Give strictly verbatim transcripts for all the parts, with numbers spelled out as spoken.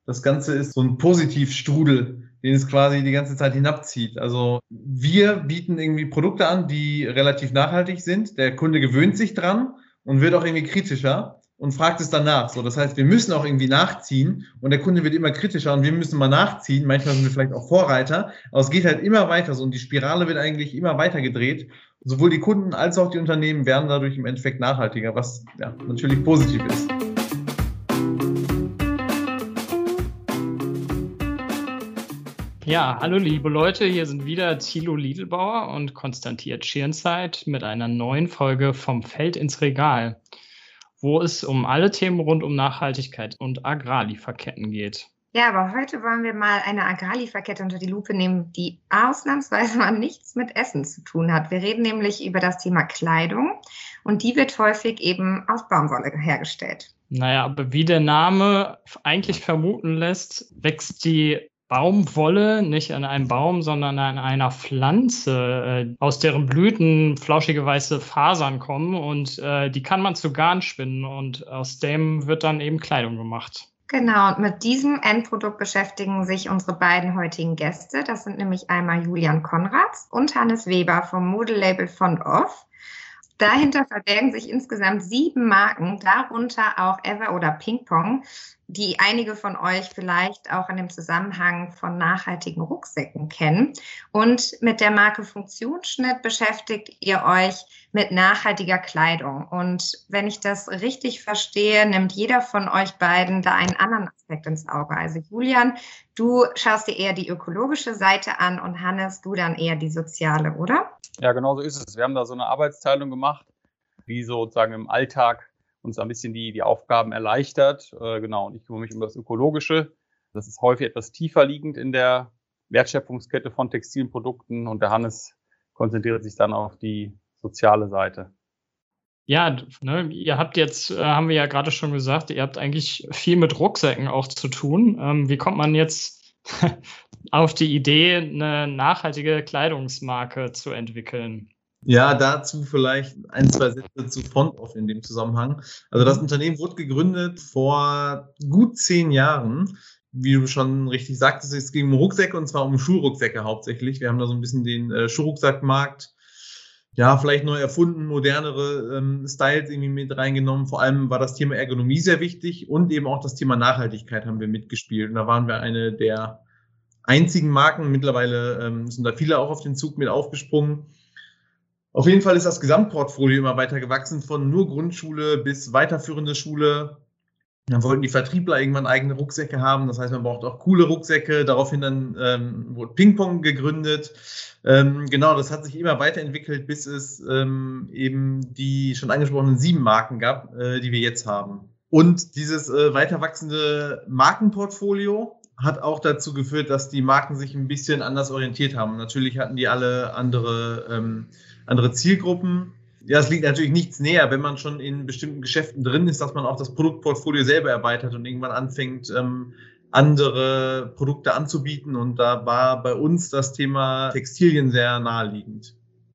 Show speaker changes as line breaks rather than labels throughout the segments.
Das Ganze ist so ein Positivstrudel, den es quasi die ganze Zeit hinabzieht. Also wir bieten irgendwie Produkte an, die relativ nachhaltig sind. Der Kunde gewöhnt sich dran und wird auch irgendwie kritischer und fragt es danach. So, das heißt, wir müssen auch irgendwie nachziehen und der Kunde wird immer kritischer und wir müssen mal nachziehen. Manchmal sind wir vielleicht auch Vorreiter, aber es geht halt immer weiter so und die Spirale wird eigentlich immer weiter gedreht. Sowohl die Kunden als auch die Unternehmen werden dadurch im Endeffekt nachhaltiger, was ja natürlich positiv ist.
Ja, hallo liebe Leute, hier sind wieder Thilo Liedelbauer und Konstantin Schirnzeit mit einer neuen Folge vom Feld ins Regal, wo es um alle Themen rund um Nachhaltigkeit und Agrarlieferketten geht.
Ja, aber heute wollen wir mal eine Agrarlieferkette unter die Lupe nehmen, die ausnahmsweise mal nichts mit Essen zu tun hat. Wir reden nämlich über das Thema Kleidung und die wird häufig eben aus Baumwolle hergestellt.
Naja, aber wie der Name eigentlich vermuten lässt, wächst die Baumwolle nicht an einem Baum, sondern an einer Pflanze, aus deren Blüten flauschige weiße Fasern kommen und äh, die kann man zu Garn spinnen und aus dem wird dann eben Kleidung gemacht.
Genau, und mit diesem Endprodukt beschäftigen sich unsere beiden heutigen Gäste. Das sind nämlich einmal Julian Konrads und Hannes Weber vom Modelabel Fond of. Dahinter verbergen sich insgesamt sieben Marken, darunter auch Ever oder Ping Pong, die einige von euch vielleicht auch in dem Zusammenhang von nachhaltigen Rucksäcken kennen. Und mit der Marke Funktionsschnitt beschäftigt ihr euch mit nachhaltiger Kleidung. Und wenn ich das richtig verstehe, nimmt jeder von euch beiden da einen anderen Aspekt ins Auge. Also Julian, du schaust dir eher die ökologische Seite an und Hannes, du dann eher die soziale, oder?
Ja, genau so ist es. Wir haben da so eine Arbeitsteilung gemacht, wie sozusagen im Alltag uns ein bisschen die, die Aufgaben erleichtert. Äh, genau, und ich kümmere mich um das Ökologische. Das ist häufig etwas tiefer liegend in der Wertschöpfungskette von textilen Produkten und der Hannes konzentriert sich dann auf die soziale Seite.
Ja, ne, ihr habt jetzt, äh, haben wir ja gerade schon gesagt, ihr habt eigentlich viel mit Rucksäcken auch zu tun. Ähm, wie kommt man jetzt auf die Idee, eine nachhaltige Kleidungsmarke zu entwickeln?
Ja, dazu vielleicht ein, zwei Sätze zu Fond of in dem Zusammenhang. Also das Unternehmen wurde gegründet vor gut zehn Jahren. Wie du schon richtig sagtest, es ging um Rucksäcke und zwar um Schuhrucksäcke hauptsächlich. Wir haben da so ein bisschen den äh, Schuhrucksackmarkt, ja, vielleicht neu erfunden, modernere ähm, Styles irgendwie mit reingenommen. Vor allem war das Thema Ergonomie sehr wichtig und eben auch das Thema Nachhaltigkeit haben wir mitgespielt. Und da waren wir eine der einzigen Marken. Mittlerweile ähm, sind da viele auch auf den Zug mit aufgesprungen. Auf jeden Fall ist das Gesamtportfolio immer weiter gewachsen, von nur Grundschule bis weiterführende Schule. Dann wollten die Vertriebler irgendwann eigene Rucksäcke haben. Das heißt, man braucht auch coole Rucksäcke. Daraufhin dann ähm, wurde Ping Pong gegründet. Ähm, genau, das hat sich immer weiterentwickelt, bis es ähm, eben die schon angesprochenen sieben Marken gab, äh, die wir jetzt haben. Und dieses äh, weiter wachsende Markenportfolio hat auch dazu geführt, dass die Marken sich ein bisschen anders orientiert haben. Natürlich hatten die alle andere, ähm, andere Zielgruppen. Ja, es liegt natürlich nichts näher, wenn man schon in bestimmten Geschäften drin ist, dass man auch das Produktportfolio selber erweitert und irgendwann anfängt, ähm, andere Produkte anzubieten. Und da war bei uns das Thema Textilien sehr naheliegend.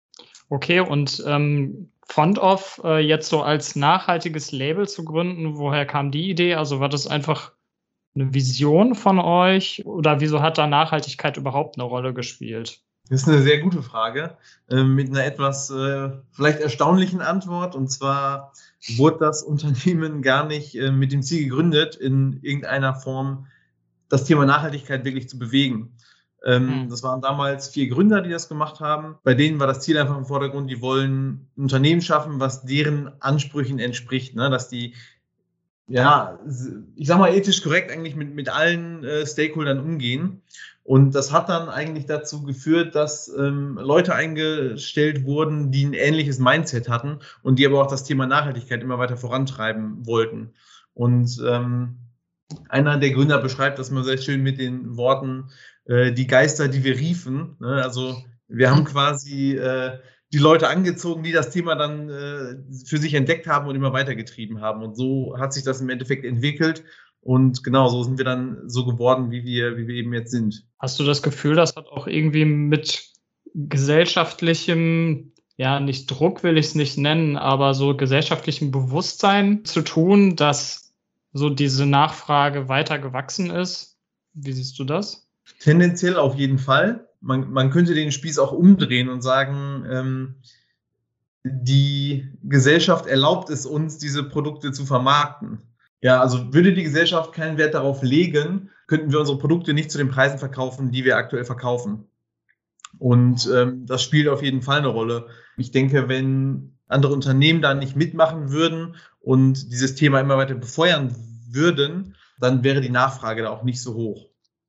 Okay, und ähm, Fond of äh, jetzt so als nachhaltiges Label zu gründen, woher kam die Idee? Also war das einfach eine Vision von euch oder wieso hat da Nachhaltigkeit überhaupt eine Rolle gespielt?
Das ist eine sehr gute Frage, äh, mit einer etwas äh, vielleicht erstaunlichen Antwort. Und zwar wurde das Unternehmen gar nicht äh, mit dem Ziel gegründet, in irgendeiner Form das Thema Nachhaltigkeit wirklich zu bewegen. Ähm, hm. Das waren damals vier Gründer, die das gemacht haben. Bei denen war das Ziel einfach im Vordergrund, die wollen ein Unternehmen schaffen, was deren Ansprüchen entspricht, ne? Dass die ja, ich sag mal, ethisch korrekt eigentlich mit, mit allen äh, Stakeholdern umgehen. Und das hat dann eigentlich dazu geführt, dass ähm, Leute eingestellt wurden, die ein ähnliches Mindset hatten und die aber auch das Thema Nachhaltigkeit immer weiter vorantreiben wollten. Und ähm, einer der Gründer beschreibt das mal sehr schön mit den Worten, äh, die Geister, die wir riefen. Ne? Also wir haben quasi äh, die Leute angezogen, die das Thema dann äh, für sich entdeckt haben und immer weitergetrieben haben. Und so hat sich das im Endeffekt entwickelt. Und genau, so sind wir dann so geworden, wie wir, wie wir eben jetzt sind.
Hast du das Gefühl, das hat auch irgendwie mit gesellschaftlichem, ja, nicht Druck will ich es nicht nennen, aber so gesellschaftlichem Bewusstsein zu tun, dass so diese Nachfrage weiter gewachsen ist. Wie siehst du das?
Tendenziell auf jeden Fall. Man, man könnte den Spieß auch umdrehen und sagen, ähm, die Gesellschaft erlaubt es uns, diese Produkte zu vermarkten. Ja, also würde die Gesellschaft keinen Wert darauf legen, könnten wir unsere Produkte nicht zu den Preisen verkaufen, die wir aktuell verkaufen. Und ähm, das spielt auf jeden Fall eine Rolle. Ich denke, wenn andere Unternehmen da nicht mitmachen würden und dieses Thema immer weiter befeuern würden, dann wäre die Nachfrage da auch nicht so hoch.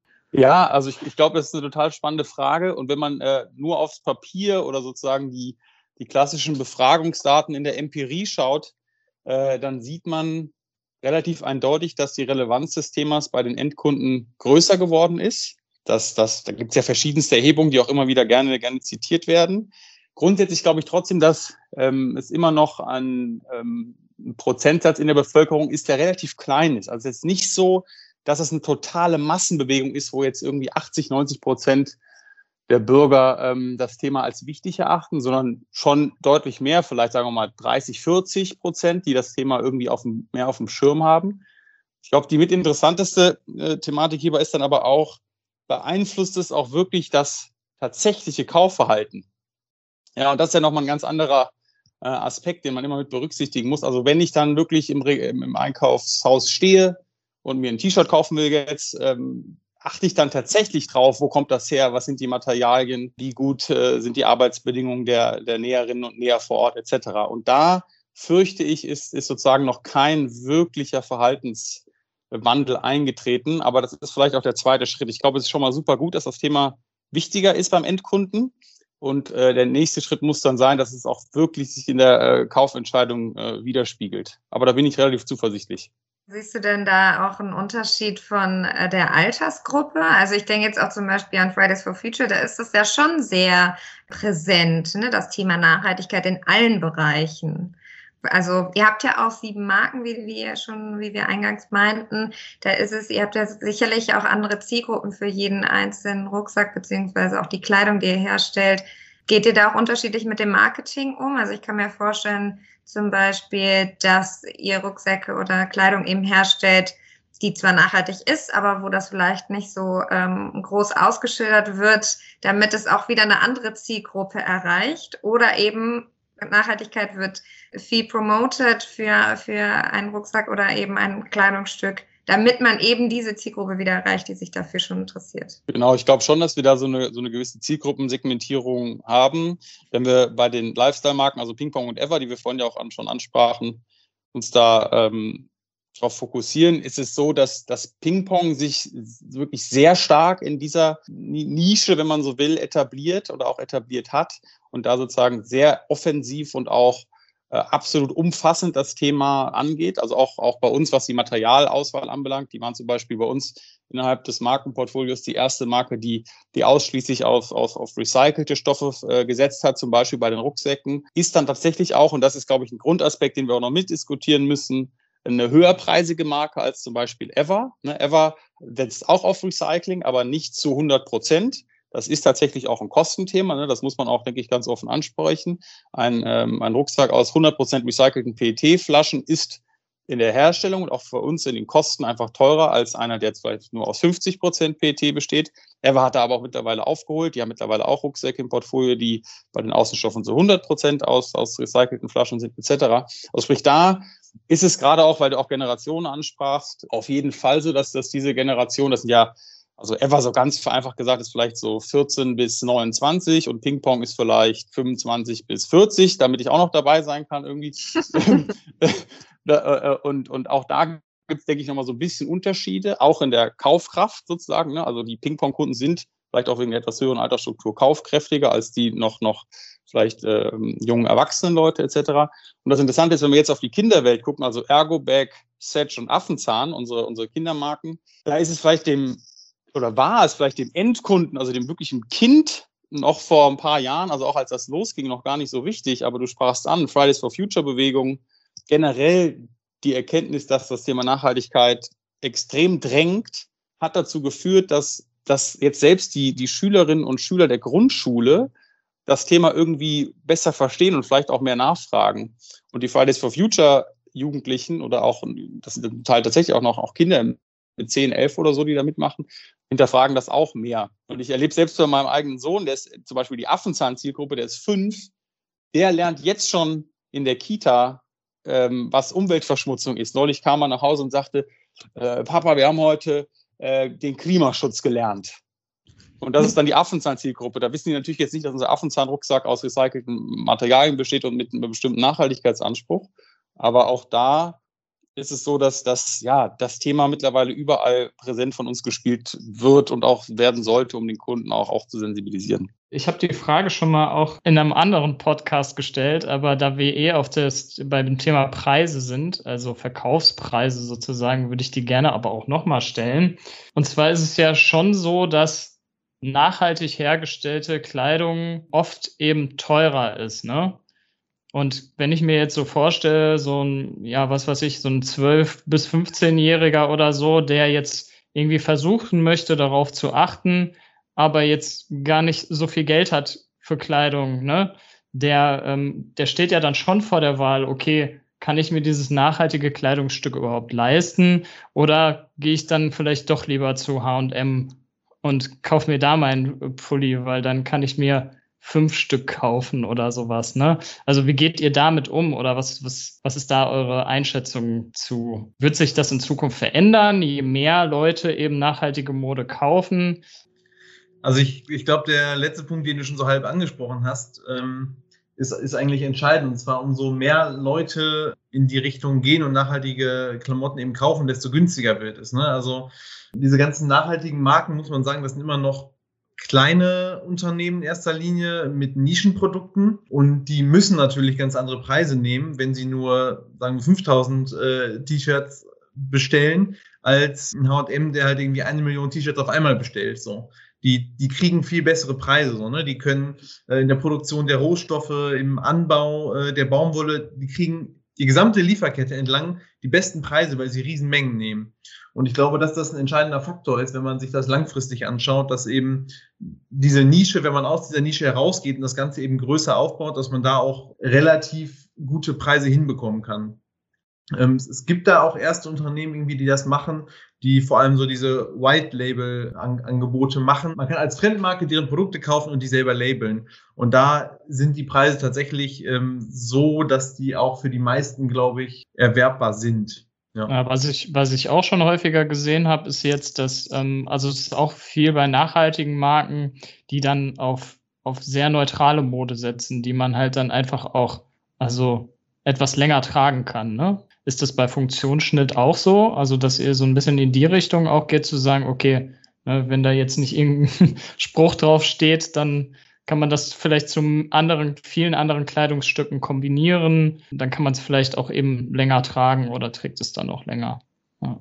Ja, also ich, ich glaube, das ist eine total spannende Frage. Und wenn man äh, nur aufs Papier oder sozusagen die, die klassischen Befragungsdaten in der Empirie schaut, äh, dann sieht man relativ eindeutig, dass die Relevanz des Themas bei den Endkunden größer geworden ist. Das, das, da gibt es ja verschiedenste Erhebungen, die auch immer wieder gerne, gerne zitiert werden. Grundsätzlich glaube ich trotzdem, dass ähm, es immer noch ein, ähm, ein Prozentsatz in der Bevölkerung ist, der relativ klein ist. Also es ist nicht so, dass es eine totale Massenbewegung ist, wo jetzt irgendwie achtzig, neunzig Prozent der Bürger ähm, das Thema als wichtig erachten, sondern schon deutlich mehr, vielleicht sagen wir mal dreißig, vierzig Prozent, die das Thema irgendwie auf dem, mehr auf dem Schirm haben. Ich glaube, die mit interessanteste äh, Thematik hierbei ist dann aber auch, beeinflusst es auch wirklich das tatsächliche Kaufverhalten. Ja, und das ist ja nochmal ein ganz anderer äh, Aspekt, den man immer mit berücksichtigen muss. Also wenn ich dann wirklich im, im Einkaufshaus stehe und mir ein T-Shirt kaufen will jetzt, ähm, achte ich dann tatsächlich drauf, wo kommt das her, was sind die Materialien, wie gut äh, sind die Arbeitsbedingungen der, der Näherinnen und Näher vor Ort et cetera. Und da fürchte ich, ist, ist sozusagen noch kein wirklicher Verhaltenswandel eingetreten, aber das ist vielleicht auch der zweite Schritt. Ich glaube, es ist schon mal super gut, dass das Thema wichtiger ist beim Endkunden. Und äh, der nächste Schritt muss dann sein, dass es auch wirklich sich in der äh, Kaufentscheidung äh, widerspiegelt. Aber da bin ich relativ zuversichtlich.
Siehst du denn da auch einen Unterschied von äh, der Altersgruppe? Also ich denke jetzt auch zum Beispiel an Fridays for Future, da ist es ja schon sehr präsent, ne, das Thema Nachhaltigkeit in allen Bereichen. Also ihr habt ja auch sieben Marken, wie wir schon, wie wir eingangs meinten. Da ist es, ihr habt ja sicherlich auch andere Zielgruppen für jeden einzelnen Rucksack, beziehungsweise auch die Kleidung, die ihr herstellt. Geht ihr da auch unterschiedlich mit dem Marketing um? Also ich kann mir vorstellen, zum Beispiel, dass ihr Rucksäcke oder Kleidung eben herstellt, die zwar nachhaltig ist, aber wo das vielleicht nicht so ähm, groß ausgeschildert wird, damit es auch wieder eine andere Zielgruppe erreicht. Oder eben Nachhaltigkeit wird viel promoted für, für einen Rucksack oder eben ein Kleidungsstück, damit man eben diese Zielgruppe wieder erreicht, die sich dafür schon interessiert.
Genau, ich glaube schon, dass wir da so eine, so eine gewisse Zielgruppensegmentierung haben. Wenn wir bei den Lifestyle-Marken, also Ping-Pong und Ever, die wir vorhin ja auch schon ansprachen, uns da ähm, darauf fokussieren, ist es so, dass das Ping-Pong sich wirklich sehr stark in dieser Nische, wenn man so will, etabliert oder auch etabliert hat und da sozusagen sehr offensiv und auch äh, absolut umfassend das Thema angeht. Also auch, auch bei uns, was die Materialauswahl anbelangt. Die waren zum Beispiel bei uns innerhalb des Markenportfolios die erste Marke, die, die ausschließlich auf, auf, auf recycelte Stoffe äh, gesetzt hat, zum Beispiel bei den Rucksäcken. Ist dann tatsächlich auch, und das ist, glaube ich, ein Grundaspekt, den wir auch noch mitdiskutieren müssen, eine höherpreisige Marke als zum Beispiel Ever. Ne, Ever setzt auch auf Recycling, aber nicht zu hundert Prozent. Das ist tatsächlich auch ein Kostenthema. Ne? Das muss man auch, denke ich, ganz offen ansprechen. Ein, ähm, ein Rucksack aus hundert Prozent recycelten P E T-Flaschen ist in der Herstellung und auch für uns in den Kosten einfach teurer als einer, der vielleicht nur aus fünfzig Prozent P E T besteht. Ever hat da aber auch mittlerweile aufgeholt. Die haben mittlerweile auch Rucksäcke im Portfolio, die bei den Außenstoffen zu hundert Prozent aus, aus recycelten Flaschen sind et cetera. Also sprich, da ist es gerade auch, weil du auch Generationen ansprachst, auf jeden Fall so, dass, dass diese Generation, das sind ja, also Ever so ganz vereinfacht gesagt, ist vielleicht so vierzehn bis neunundzwanzig und Ping-Pong ist vielleicht fünfundzwanzig bis vierzig, damit ich auch noch dabei sein kann irgendwie. und, und auch da gibt es, denke ich, nochmal so ein bisschen Unterschiede, auch in der Kaufkraft sozusagen. Ne? Also die Ping-Pong-Kunden sind vielleicht auch wegen der etwas höheren Altersstruktur kaufkräftiger als die noch, noch vielleicht äh, jungen Erwachsenenleute et cetera. Und das Interessante ist, wenn wir jetzt auf die Kinderwelt gucken, also Ergo-Bag, Sedge und Affenzahn, unsere, unsere Kindermarken, da ist es vielleicht dem, oder war es vielleicht dem Endkunden, also dem wirklichen Kind, noch vor ein paar Jahren, also auch als das losging, noch gar nicht so wichtig, aber du sprachst an, Fridays for Future Bewegung, generell die Erkenntnis, dass das Thema Nachhaltigkeit extrem drängt, hat dazu geführt, dass, dass jetzt selbst die, die Schülerinnen und Schüler der Grundschule das Thema irgendwie besser verstehen und vielleicht auch mehr nachfragen. Und die Fridays for Future Jugendlichen oder auch, das sind zum Teil tatsächlich auch noch auch Kinder mit zehn, elf oder so, die da mitmachen, hinterfragen das auch mehr. Und ich erlebe selbst bei meinem eigenen Sohn, der ist zum Beispiel die Affenzahn-Zielgruppe, der ist fünf, der lernt jetzt schon in der Kita, ähm, was Umweltverschmutzung ist. Neulich kam er nach Hause und sagte, äh, Papa, wir haben heute äh, den Klimaschutz gelernt. Und das ist dann die Affenzahn-Zielgruppe. Da wissen die natürlich jetzt nicht, dass unser Affenzahn-Rucksack aus recycelten Materialien besteht und mit einem bestimmten Nachhaltigkeitsanspruch. Aber auch da ist es so, dass das, ja, das Thema mittlerweile überall präsent von uns gespielt wird und auch werden sollte, um den Kunden auch, auch zu sensibilisieren.
Ich habe die Frage schon mal auch in einem anderen Podcast gestellt, aber da wir eh auf das, bei dem Thema Preise sind, also Verkaufspreise sozusagen, würde ich die gerne aber auch nochmal stellen. Und zwar ist es ja schon so, dass nachhaltig hergestellte Kleidung oft eben teurer ist, ne? Und wenn ich mir jetzt so vorstelle, so ein, ja, was weiß ich, so ein zwölf- bis fünfzehnjähriger oder so, der jetzt irgendwie versuchen möchte, darauf zu achten, aber jetzt gar nicht so viel Geld hat für Kleidung, ne? Der, ähm, der steht ja dann schon vor der Wahl, okay, kann ich mir dieses nachhaltige Kleidungsstück überhaupt leisten? Oder gehe ich dann vielleicht doch lieber zu H und M und kaufe mir da meinen Pulli, weil dann kann ich mir fünf Stück kaufen oder sowas, ne? Also wie geht ihr damit um oder was, was, was ist da eure Einschätzung zu? Wird sich das in Zukunft verändern, je mehr Leute eben nachhaltige Mode kaufen?
Also ich, ich glaube, der letzte Punkt, den du schon so halb angesprochen hast, ähm, ist, ist eigentlich entscheidend. Und zwar, umso mehr Leute in die Richtung gehen und nachhaltige Klamotten eben kaufen, desto günstiger wird es, ne? Also diese ganzen nachhaltigen Marken, muss man sagen, das sind immer noch kleine Unternehmen in erster Linie mit Nischenprodukten und die müssen natürlich ganz andere Preise nehmen, wenn sie nur, sagen wir, fünftausend äh, T-Shirts bestellen, als ein H und M, der halt irgendwie eine Million T-Shirts auf einmal bestellt, so. Die, die kriegen viel bessere Preise, so, ne? Die können äh, in der Produktion der Rohstoffe, im Anbau äh, der Baumwolle, die kriegen die gesamte Lieferkette entlang die besten Preise, weil sie Riesenmengen nehmen. Und ich glaube, dass das ein entscheidender Faktor ist, wenn man sich das langfristig anschaut, dass eben diese Nische, wenn man aus dieser Nische herausgeht und das Ganze eben größer aufbaut, dass man da auch relativ gute Preise hinbekommen kann. Ähm, es gibt da auch erste Unternehmen irgendwie, die das machen, die vor allem so diese White-Label-Angebote machen. Man kann als Fremdmarke deren Produkte kaufen und die selber labeln. Und da sind die Preise tatsächlich ähm, so, dass die auch für die meisten, glaube ich, erwerbbar sind. Ja.
Ja, was ich, was ich auch schon häufiger gesehen habe, ist jetzt, dass, ähm, also es ist auch viel bei nachhaltigen Marken, die dann auf, auf sehr neutrale Mode setzen, die man halt dann einfach auch, also etwas länger tragen kann, ne? Ist das bei Funktionsschnitt auch so? Also, dass ihr so ein bisschen in die Richtung auch geht, zu sagen, okay, ne, wenn da jetzt nicht irgendein Spruch drauf steht, dann kann man das vielleicht zu anderen, vielen anderen Kleidungsstücken kombinieren. Dann kann man es vielleicht auch eben länger tragen oder trägt es dann auch länger. Ja.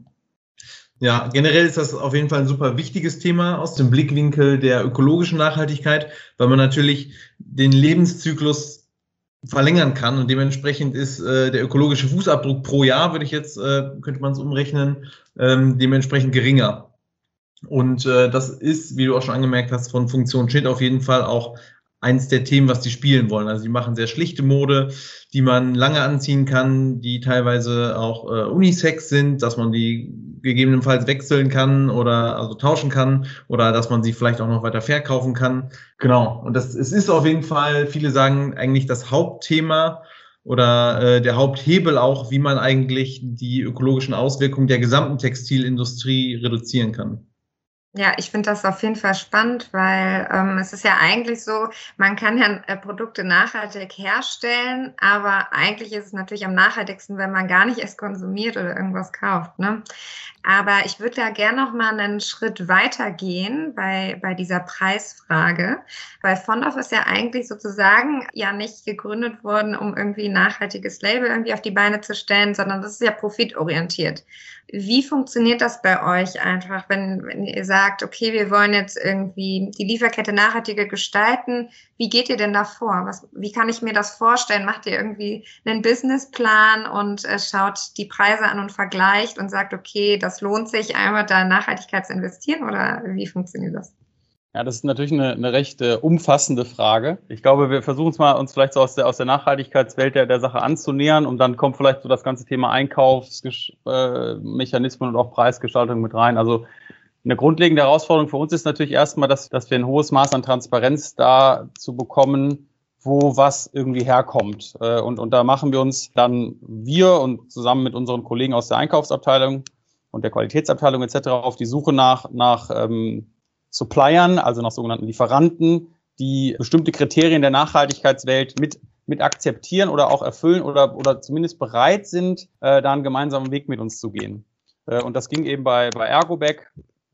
Ja, generell ist das auf jeden Fall ein super wichtiges Thema aus dem Blickwinkel der ökologischen Nachhaltigkeit, weil man natürlich den Lebenszyklus verlängern kann und dementsprechend ist äh, der ökologische Fußabdruck pro Jahr, würde ich jetzt, äh, könnte man es umrechnen, ähm, dementsprechend geringer. Und äh, das ist, wie du auch schon angemerkt hast, von Funktionsschnitt auf jeden Fall auch eins der Themen, was die spielen wollen. Also die machen sehr schlichte Mode, die man lange anziehen kann, die teilweise auch äh, Unisex sind, dass man die gegebenenfalls wechseln kann oder also tauschen kann oder dass man sie vielleicht auch noch weiter verkaufen kann. Genau. Und das es ist auf jeden Fall, viele sagen eigentlich das Hauptthema oder äh, der Haupthebel auch, wie man eigentlich die ökologischen Auswirkungen der gesamten Textilindustrie reduzieren kann.
Ja, ich finde das auf jeden Fall spannend, weil ähm, es ist ja eigentlich so, man kann ja äh, Produkte nachhaltig herstellen, aber eigentlich ist es natürlich am nachhaltigsten, wenn man gar nicht erst konsumiert oder irgendwas kauft, ne? Aber ich würde da gerne noch mal einen Schritt weiter gehen bei, bei dieser Preisfrage, weil Fondorf ist ja eigentlich sozusagen ja nicht gegründet worden, um irgendwie ein nachhaltiges Label irgendwie auf die Beine zu stellen, sondern das ist ja profitorientiert. Wie funktioniert das bei euch einfach, wenn, wenn ihr sagt, okay, wir wollen jetzt irgendwie die Lieferkette nachhaltiger gestalten? Wie geht ihr denn da vor? Was, wie kann ich mir das vorstellen? Macht ihr irgendwie einen Businessplan und äh, schaut die Preise an und vergleicht und sagt, okay, das lohnt sich einmal da in Nachhaltigkeit zu investieren oder wie funktioniert das?
Ja, das ist natürlich eine, eine recht äh, umfassende Frage. Ich glaube, wir versuchen es mal, uns vielleicht so aus der, aus der Nachhaltigkeitswelt der, der Sache anzunähern und dann kommt vielleicht so das ganze Thema Einkaufsmechanismen äh, und auch Preisgestaltung mit rein. Also eine grundlegende Herausforderung für uns ist natürlich erstmal, dass, dass wir ein hohes Maß an Transparenz da zu bekommen, wo was irgendwie herkommt. Äh, und, und da machen wir uns dann wir und zusammen mit unseren Kollegen aus der Einkaufsabteilung und der Qualitätsabteilung et cetera auf die Suche nach, nach ähm, Suppliern, also nach sogenannten Lieferanten, die bestimmte Kriterien der Nachhaltigkeitswelt mit, mit akzeptieren oder auch erfüllen oder, oder zumindest bereit sind, äh, da einen gemeinsamen Weg mit uns zu gehen. Äh, und das ging eben bei, bei Ergobag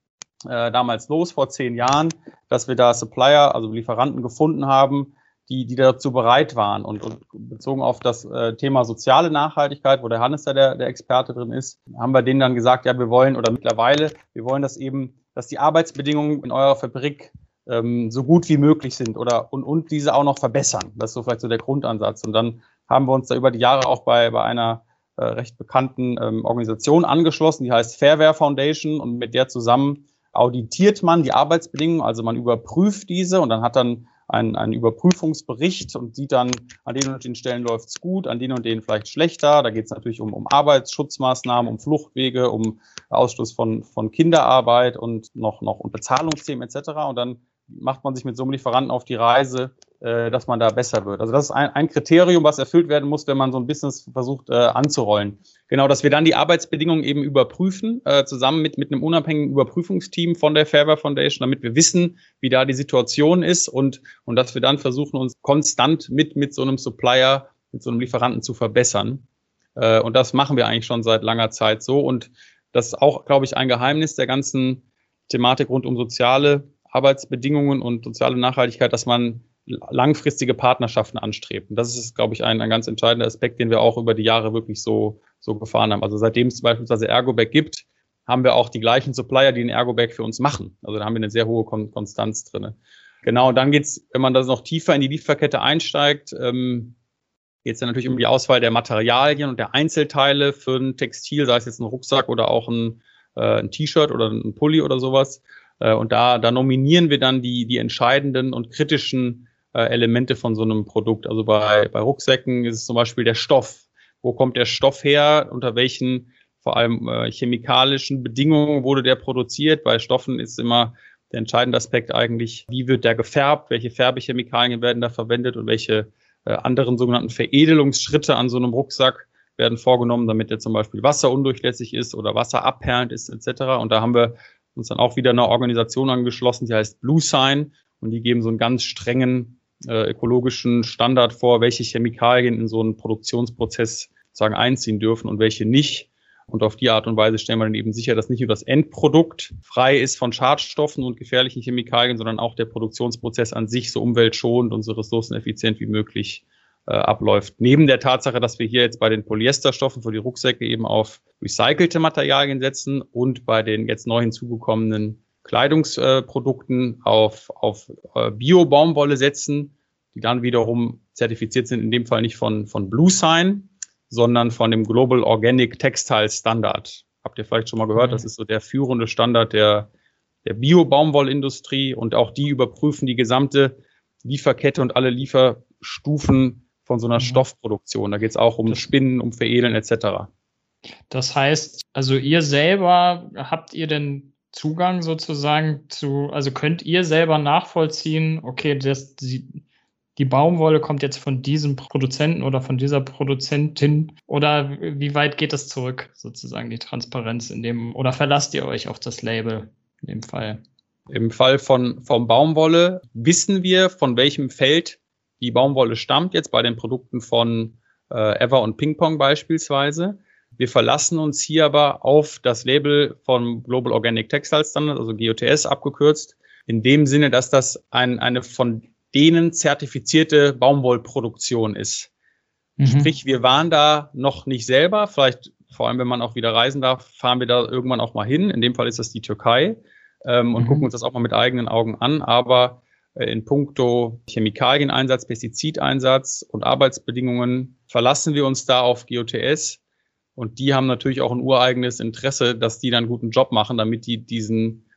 äh, damals los, vor zehn Jahren, dass wir da Supplier, also Lieferanten gefunden haben, die, die dazu bereit waren. Und, und bezogen auf das äh, Thema soziale Nachhaltigkeit, wo der Hannes da der, der Experte drin ist, haben wir denen dann gesagt, ja, wir wollen, oder mittlerweile, wir wollen das eben, dass die Arbeitsbedingungen in eurer Fabrik ähm, so gut wie möglich sind oder und, und diese auch noch verbessern. Das ist so vielleicht so der Grundansatz. Und dann haben wir uns da über die Jahre auch bei, bei einer äh, recht bekannten ähm, Organisation angeschlossen, die heißt Fairware Foundation, und mit der zusammen auditiert man die Arbeitsbedingungen, also man überprüft diese und dann hat dann einen, einen Überprüfungsbericht und sieht dann, an den und den Stellen läuft's gut, an den und denen vielleicht schlechter. Da geht es natürlich um, um Arbeitsschutzmaßnahmen, um Fluchtwege, um Ausschluss von, von Kinderarbeit und noch, noch um Bezahlungsthemen et cetera. Und dann macht man sich mit so einem Lieferanten auf die Reise, äh, dass man da besser wird. Also das ist ein, ein Kriterium, was erfüllt werden muss, wenn man so ein Business versucht äh, anzurollen. Genau, dass wir dann die Arbeitsbedingungen eben überprüfen, äh, zusammen mit, mit einem unabhängigen Überprüfungsteam von der Fairware Foundation, damit wir wissen, wie da die Situation ist und, und dass wir dann versuchen, uns konstant mit, mit so einem Supplier, mit so einem Lieferanten zu verbessern. Äh, und das machen wir eigentlich schon seit langer Zeit so. Und das ist auch, glaube ich, ein Geheimnis der ganzen Thematik rund um soziale Arbeitsbedingungen und soziale Nachhaltigkeit, dass man langfristige Partnerschaften anstrebt. Und das ist, glaube ich, ein, ein ganz entscheidender Aspekt, den wir auch über die Jahre wirklich so, so gefahren haben. Also seitdem es beispielsweise Ergobag gibt, haben wir auch die gleichen Supplier, die den Ergobag für uns machen. Also da haben wir eine sehr hohe Kon- Konstanz drin. Genau, und dann geht's, wenn man das noch tiefer in die Lieferkette einsteigt, ähm, geht es dann natürlich um die Auswahl der Materialien und der Einzelteile für ein Textil, sei es jetzt ein Rucksack oder auch ein, äh, ein T-Shirt oder ein Pulli oder sowas. Äh, und da, da nominieren wir dann die, die entscheidenden und kritischen äh, Elemente von so einem Produkt. Also bei, bei Rucksäcken ist es zum Beispiel der Stoff. Wo kommt der Stoff her? Unter welchen vor allem äh, chemikalischen Bedingungen wurde der produziert? Bei Stoffen ist immer der entscheidende Aspekt eigentlich, wie wird der gefärbt? Welche Färbechemikalien werden da verwendet und welche äh, anderen sogenannten Veredelungsschritte an so einem Rucksack werden vorgenommen, damit der zum Beispiel wasserundurchlässig ist oder wasserabperlend ist et cetera. Und da haben wir uns dann auch wieder einer Organisation angeschlossen, die heißt bluesign, und die geben so einen ganz strengen äh, ökologischen Standard vor, welche Chemikalien in so einen Produktionsprozess sozusagen einziehen dürfen und welche nicht. Und auf die Art und Weise stellen wir dann eben sicher, dass nicht nur das Endprodukt frei ist von Schadstoffen und gefährlichen Chemikalien, sondern auch der Produktionsprozess an sich so umweltschonend und so ressourceneffizient wie möglich äh, abläuft. Neben der Tatsache, dass wir hier jetzt bei den Polyesterstoffen für die Rucksäcke eben auf recycelte Materialien setzen und bei den jetzt neu hinzugekommenen Kleidungsprodukten auf, auf äh, Bio-Baumwolle setzen, die dann wiederum zertifiziert sind, in dem Fall nicht von, von bluesign, sondern von dem Global Organic Textile Standard. Habt ihr vielleicht schon mal gehört? Das ist so der führende Standard der, der Bio-Baumwollindustrie, und auch die überprüfen die gesamte Lieferkette und alle Lieferstufen von so einer mhm. Stoffproduktion. Da geht es auch um das Spinnen, um Veredeln et cetera.
Das heißt, also ihr selber, habt ihr denn Zugang sozusagen zu, also könnt ihr selber nachvollziehen, okay, das, die, die Baumwolle kommt jetzt von diesem Produzenten oder von dieser Produzentin, oder wie weit geht das zurück, sozusagen die Transparenz in dem, oder verlasst ihr euch auf das Label in dem Fall?
Im Fall von, von Baumwolle wissen wir, von welchem Feld die Baumwolle stammt, jetzt bei den Produkten von äh, Ever und Ping-Pong beispielsweise. Wir verlassen uns hier aber auf das Label von Global Organic Textile Standard, also G O T S abgekürzt, in dem Sinne, dass das ein, eine von denen zertifizierte Baumwollproduktion ist. Mhm. Sprich, wir waren da noch nicht selber, vielleicht vor allem, wenn man auch wieder reisen darf, fahren wir da irgendwann auch mal hin. In dem Fall ist das die Türkei ähm, und mhm. gucken uns das auch mal mit eigenen Augen an. Aber äh, in puncto Chemikalieneinsatz, Pestizideinsatz und Arbeitsbedingungen verlassen wir uns da auf G O T S. Und die haben natürlich auch ein ureigenes Interesse, dass die dann einen guten Job machen, damit die diesen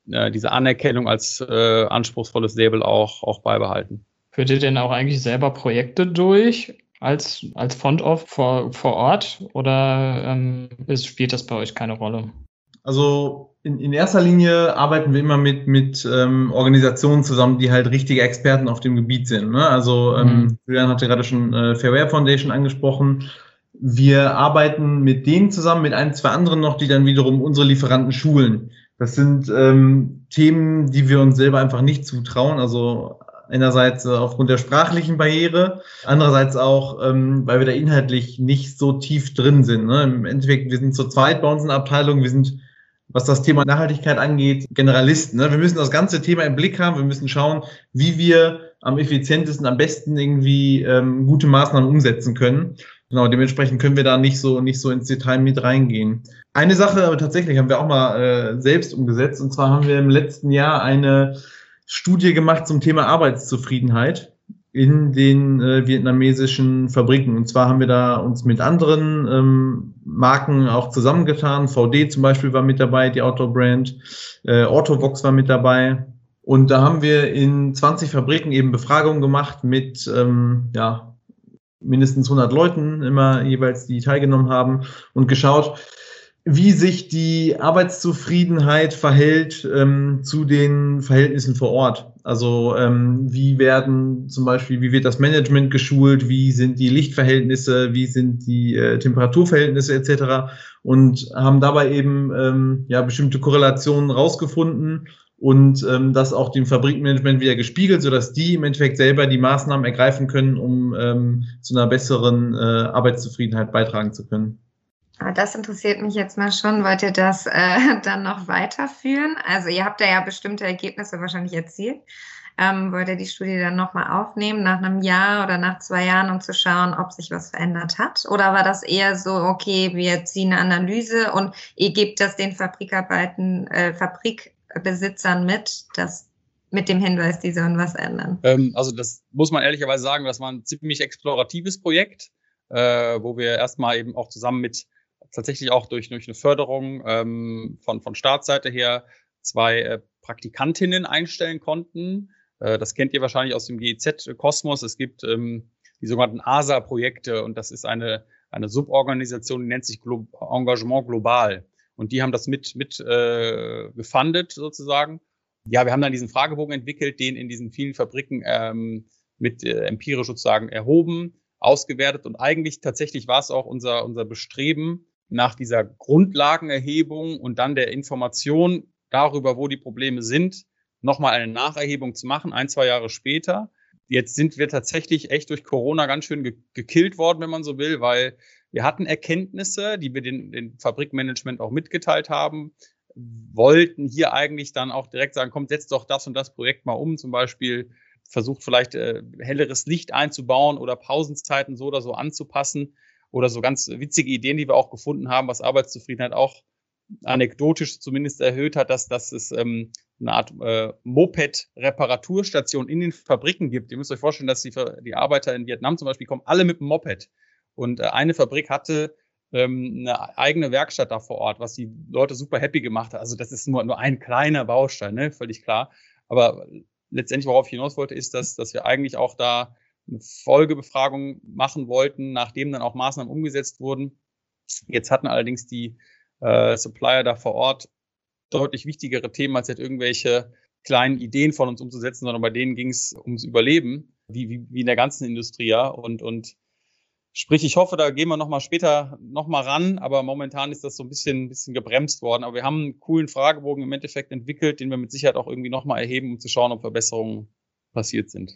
äh, diese Anerkennung als äh, anspruchsvolles Label auch, auch beibehalten.
Führt ihr denn auch eigentlich selber Projekte durch als, als Fond-Off vor, vor Ort oder ähm, ist, spielt das bei euch keine Rolle?
Also in, in erster Linie arbeiten wir immer mit, mit ähm, Organisationen zusammen, die halt richtige Experten auf dem Gebiet sind. Ne? Also ähm, mhm. Julian hatte gerade schon äh, Fairware Foundation angesprochen. Wir arbeiten mit denen zusammen, mit ein, zwei anderen noch, die dann wiederum unsere Lieferanten schulen. Das sind ähm, Themen, die wir uns selber einfach nicht zutrauen. Also einerseits äh, aufgrund der sprachlichen Barriere, andererseits auch, ähm, weil wir da inhaltlich nicht so tief drin sind. Ne? Im Endeffekt, wir sind zu zweit bei uns in der Abteilung, wir sind, was das Thema Nachhaltigkeit angeht, Generalisten. Ne? Wir müssen das ganze Thema im Blick haben, wir müssen schauen, wie wir am effizientesten, am besten irgendwie ähm, gute Maßnahmen umsetzen können. Genau, dementsprechend können wir da nicht so nicht so ins Detail mit reingehen. Eine Sache aber tatsächlich haben wir auch mal äh, selbst umgesetzt, und zwar haben wir im letzten Jahr eine Studie gemacht zum Thema Arbeitszufriedenheit in den äh, vietnamesischen Fabriken. Und zwar haben wir da uns mit anderen ähm, Marken auch zusammengetan. V D zum Beispiel war mit dabei, die Outdoor-Brand. Äh, Autovox war mit dabei. Und da haben wir in zwanzig Fabriken eben Befragungen gemacht mit ähm, ja mindestens hundert Leuten, immer jeweils, die teilgenommen haben, und geschaut, wie sich die Arbeitszufriedenheit verhält ähm, zu den Verhältnissen vor Ort. Also ähm, wie werden zum Beispiel, wie wird das Management geschult, wie sind die Lichtverhältnisse, wie sind die äh, Temperaturverhältnisse et cetera. Und haben dabei eben ähm, ja bestimmte Korrelationen rausgefunden und ähm, das auch dem Fabrikmanagement wieder gespiegelt, sodass die im Endeffekt selber die Maßnahmen ergreifen können, um ähm, zu einer besseren äh, Arbeitszufriedenheit beitragen zu können.
Das interessiert mich jetzt mal schon. Wollt ihr das äh, dann noch weiterführen? Also ihr habt da ja bestimmte Ergebnisse wahrscheinlich erzielt. Ähm, wollt ihr die Studie dann nochmal aufnehmen nach einem Jahr oder nach zwei Jahren, um zu schauen, ob sich was verändert hat? Oder war das eher so, okay, wir ziehen eine Analyse und ihr gebt das den Fabrikarbeiten, äh, Fabrikbesitzern mit, dass mit dem Hinweis, die sollen was ändern?
Ähm, also das muss man ehrlicherweise sagen, das war ein ziemlich exploratives Projekt, äh, wo wir erstmal eben auch zusammen mit tatsächlich auch durch, durch eine Förderung ähm, von, von Staatsseite her zwei äh, Praktikantinnen einstellen konnten. Äh, das kennt ihr wahrscheinlich aus dem G I Z-Kosmos. Es gibt ähm, die sogenannten A S A-Projekte, und das ist eine, eine Suborganisation, die nennt sich Glo- Engagement Global. Und die haben das mit, mit äh, gefundet sozusagen. Ja, wir haben dann diesen Fragebogen entwickelt, den in diesen vielen Fabriken ähm, mit äh, empirisch sozusagen erhoben, ausgewertet, und eigentlich tatsächlich war es auch unser, unser Bestreben, nach dieser Grundlagenerhebung und dann der Information darüber, wo die Probleme sind, nochmal eine Nacherhebung zu machen, ein, zwei Jahre später. Jetzt sind wir tatsächlich echt durch Corona ganz schön ge- gekillt worden, wenn man so will, weil wir hatten Erkenntnisse, die wir den, den Fabrikmanagement auch mitgeteilt haben, wollten hier eigentlich dann auch direkt sagen, komm, setzt doch das und das Projekt mal um, zum Beispiel versucht vielleicht äh, helleres Licht einzubauen oder Pausenzeiten so oder so anzupassen. Oder so ganz witzige Ideen, die wir auch gefunden haben, was Arbeitszufriedenheit auch anekdotisch zumindest erhöht hat, dass, dass es ähm, eine Art äh, Moped-Reparaturstation in den Fabriken gibt. Ihr müsst euch vorstellen, dass die, die Arbeiter in Vietnam zum Beispiel kommen alle mit dem Moped. Und äh, eine Fabrik hatte ähm, eine eigene Werkstatt da vor Ort, was die Leute super happy gemacht hat. Also das ist nur, nur ein kleiner Baustein, ne? Völlig klar. Aber letztendlich, worauf ich hinaus wollte, ist, dass, dass wir eigentlich auch da eine Folgebefragung machen wollten, nachdem dann auch Maßnahmen umgesetzt wurden. Jetzt hatten allerdings die äh, Supplier da vor Ort deutlich wichtigere Themen, als jetzt irgendwelche kleinen Ideen von uns umzusetzen, sondern bei denen ging es ums Überleben, wie, wie, wie in der ganzen Industrie. Ja. Und, und sprich, ich hoffe, da gehen wir nochmal später nochmal ran, aber momentan ist das so ein bisschen, bisschen gebremst worden. Aber wir haben einen coolen Fragebogen im Endeffekt entwickelt, den wir mit Sicherheit auch irgendwie nochmal erheben, um zu schauen, ob Verbesserungen passiert sind.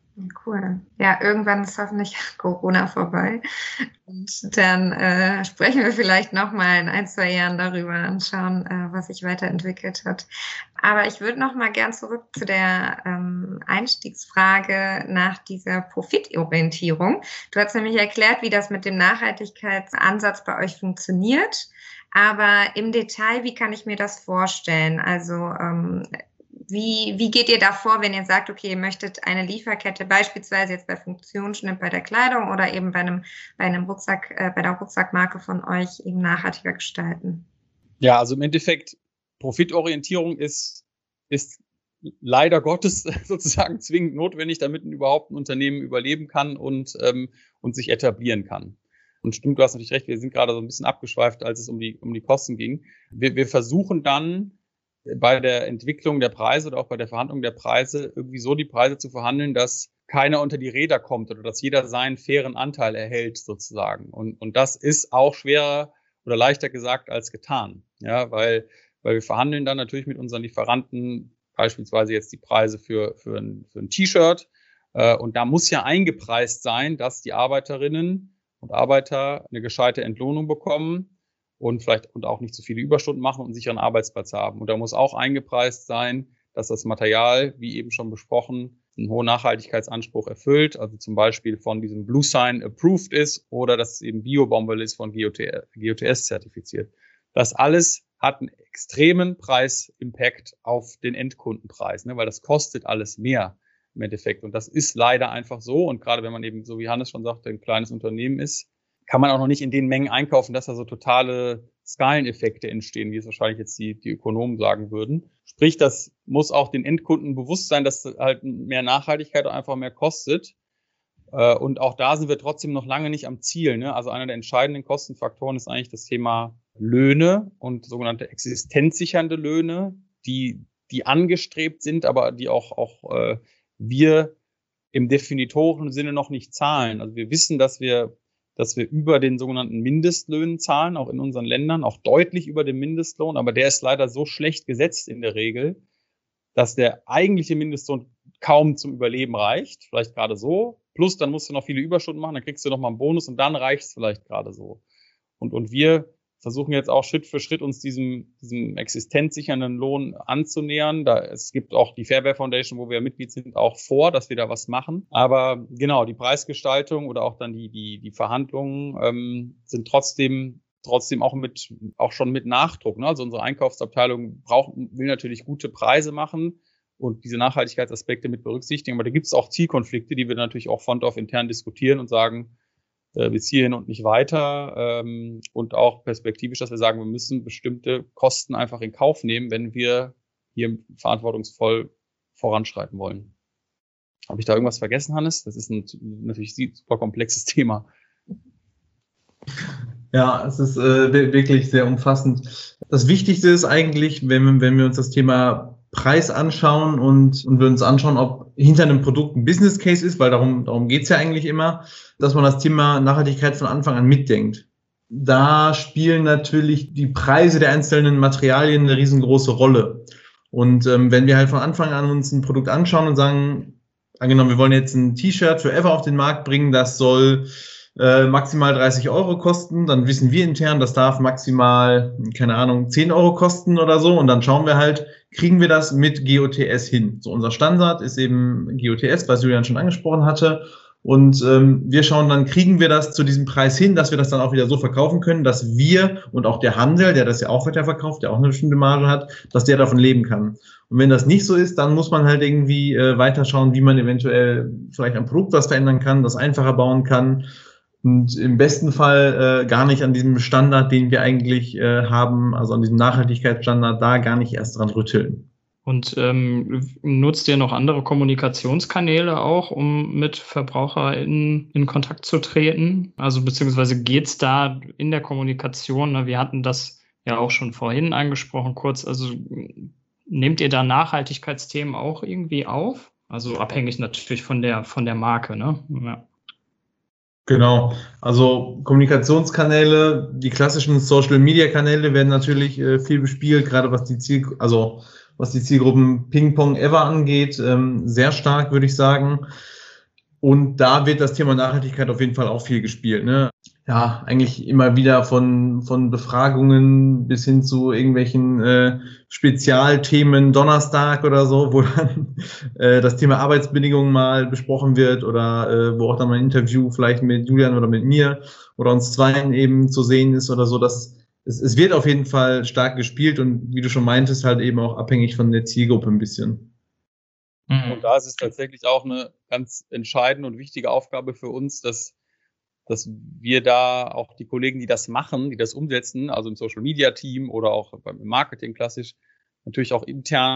Cool. Ja, irgendwann ist hoffentlich Corona vorbei. Und dann äh, sprechen wir vielleicht nochmal in ein, zwei Jahren darüber und schauen, äh, was sich weiterentwickelt hat. Aber ich würde nochmal gern zurück zu der ähm, Einstiegsfrage nach dieser Profitorientierung. Du hast nämlich erklärt, wie das mit dem Nachhaltigkeitsansatz bei euch funktioniert. Aber im Detail, wie kann ich mir das vorstellen? Also ähm, Wie, wie geht ihr da vor, wenn ihr sagt, okay, ihr möchtet eine Lieferkette beispielsweise jetzt bei Funktionsschnitt bei der Kleidung oder eben bei einem, bei einem Rucksack, äh, bei der Rucksackmarke von euch eben nachhaltiger gestalten?
Ja, also im Endeffekt, Profitorientierung ist ist leider Gottes sozusagen zwingend notwendig, damit überhaupt ein Unternehmen überleben kann und, ähm, und sich etablieren kann. Und stimmt, du hast natürlich recht, wir sind gerade so ein bisschen abgeschweift, als es um die, um die Kosten ging. Wir, wir versuchen dann bei der Entwicklung der Preise oder auch bei der Verhandlung der Preise irgendwie so die Preise zu verhandeln, dass keiner unter die Räder kommt oder dass jeder seinen fairen Anteil erhält sozusagen. Und, und das ist auch schwerer oder leichter gesagt als getan. Ja, weil, weil wir verhandeln dann natürlich mit unseren Lieferanten beispielsweise jetzt die Preise für, für ein, für ein T-Shirt. Äh, und da muss ja eingepreist sein, dass die Arbeiterinnen und Arbeiter eine gescheite Entlohnung bekommen und vielleicht und auch nicht so viele Überstunden machen und einen sicheren Arbeitsplatz haben. Und da muss auch eingepreist sein, dass das Material, wie eben schon besprochen, einen hohen Nachhaltigkeitsanspruch erfüllt, also zum Beispiel von diesem Blue Sign approved ist oder dass es eben Bio-Baumwolle ist, von G O T S zertifiziert. Das alles hat einen extremen Preisimpact auf den Endkundenpreis, ne, weil das kostet alles mehr im Endeffekt. Und das ist leider einfach so. Und gerade wenn man eben, so wie Hannes schon sagte, ein kleines Unternehmen ist, kann man auch noch nicht in den Mengen einkaufen, dass da so totale Skaleneffekte entstehen, wie es wahrscheinlich jetzt die, die Ökonomen sagen würden. Sprich, das muss auch den Endkunden bewusst sein, dass halt mehr Nachhaltigkeit einfach mehr kostet. Und auch da sind wir trotzdem noch lange nicht am Ziel, ne? Also einer der entscheidenden Kostenfaktoren ist eigentlich das Thema Löhne und sogenannte existenzsichernde Löhne, die, die angestrebt sind, aber die auch, auch äh, wir im definitoren Sinne noch nicht zahlen. Also wir wissen, dass wir dass wir über den sogenannten Mindestlöhnen zahlen, auch in unseren Ländern, auch deutlich über dem Mindestlohn. Aber der ist leider so schlecht gesetzt in der Regel, dass der eigentliche Mindestlohn kaum zum Überleben reicht. Vielleicht gerade so. Plus, dann musst du noch viele Überstunden machen, dann kriegst du noch mal einen Bonus und dann reicht es vielleicht gerade so. Und, und wir versuchen jetzt auch Schritt für Schritt uns diesem, diesem existenzsichernden Lohn anzunähern. Da, es gibt auch die Fairware Foundation, wo wir Mitglied sind, auch vor, dass wir da was machen. Aber genau, die Preisgestaltung oder auch dann die, die, die Verhandlungen ähm, sind trotzdem, trotzdem auch mit, auch schon mit Nachdruck. Ne? Also unsere Einkaufsabteilung braucht, will natürlich gute Preise machen und diese Nachhaltigkeitsaspekte mit berücksichtigen. Aber da gibt es auch Zielkonflikte, die wir natürlich auch Fondorf intern diskutieren und sagen, bis hierhin und nicht weiter, ähm, und auch perspektivisch, dass wir sagen, wir müssen bestimmte Kosten einfach in Kauf nehmen, wenn wir hier verantwortungsvoll voranschreiten wollen. Habe ich da irgendwas vergessen, Hannes? Das ist ein natürlich ein super komplexes Thema.
Ja, es ist äh, wirklich sehr umfassend. Das Wichtigste ist eigentlich, wenn, wenn wir uns das Thema Preis anschauen und, und wir uns anschauen, ob hinter einem Produkt ein Business Case ist, weil darum, darum geht's ja eigentlich immer, dass man das Thema Nachhaltigkeit von Anfang an mitdenkt. Da spielen natürlich die Preise der einzelnen Materialien eine riesengroße Rolle. Und ähm, wenn wir halt von Anfang an uns ein Produkt anschauen und sagen, angenommen, wir wollen jetzt ein T-Shirt für Ever auf den Markt bringen, das soll äh, maximal dreißig Euro kosten, dann wissen wir intern, das darf maximal, keine Ahnung, zehn Euro kosten oder so. Und dann schauen wir halt, kriegen wir das mit G O T S hin? So, unser Standard ist eben G O T S, was Julian schon angesprochen hatte. Und ähm, wir schauen dann, kriegen wir das zu diesem Preis hin, dass wir das dann auch wieder so verkaufen können, dass wir und auch der Handel, der das ja auch weiterverkauft, der auch eine bestimmte Marge hat, dass der davon leben kann. Und wenn das nicht so ist, dann muss man halt irgendwie äh, weiterschauen, wie man eventuell vielleicht am Produkt was verändern kann, das einfacher bauen kann und im besten Fall äh, gar nicht an diesem Standard, den wir eigentlich äh, haben, also an diesem Nachhaltigkeitsstandard, da gar nicht erst dran rütteln.
Und ähm, nutzt ihr noch andere Kommunikationskanäle auch, um mit VerbraucherInnen in Kontakt zu treten? Also beziehungsweise geht's da in der Kommunikation, ne, wir hatten das ja auch schon vorhin angesprochen kurz, also nehmt ihr da Nachhaltigkeitsthemen auch irgendwie auf? Also abhängig natürlich von der, von der Marke, ne? Ja.
Genau, also Kommunikationskanäle, die klassischen Social-Media-Kanäle werden natürlich äh, viel bespielt, gerade was die Ziel, also was die Zielgruppen Ping-Pong Ever angeht, ähm, sehr stark, würde ich sagen. Und da wird das Thema Nachhaltigkeit auf jeden Fall auch viel gespielt, ne? Ja, eigentlich immer wieder von von Befragungen bis hin zu irgendwelchen äh, Spezialthemen Donnerstag oder so, wo dann äh, das Thema Arbeitsbedingungen mal besprochen wird oder äh, wo auch dann mal ein Interview vielleicht mit Julian oder mit mir oder uns zweien eben zu sehen ist oder so. Das, es, es wird auf jeden Fall stark gespielt und wie du schon meintest, halt eben auch abhängig von der Zielgruppe ein bisschen.
Und da ist es tatsächlich auch eine ganz entscheidende und wichtige Aufgabe für uns, dass dass wir da auch die Kollegen, die das machen, die das umsetzen, also im Social-Media-Team oder auch beim Marketing klassisch, natürlich auch intern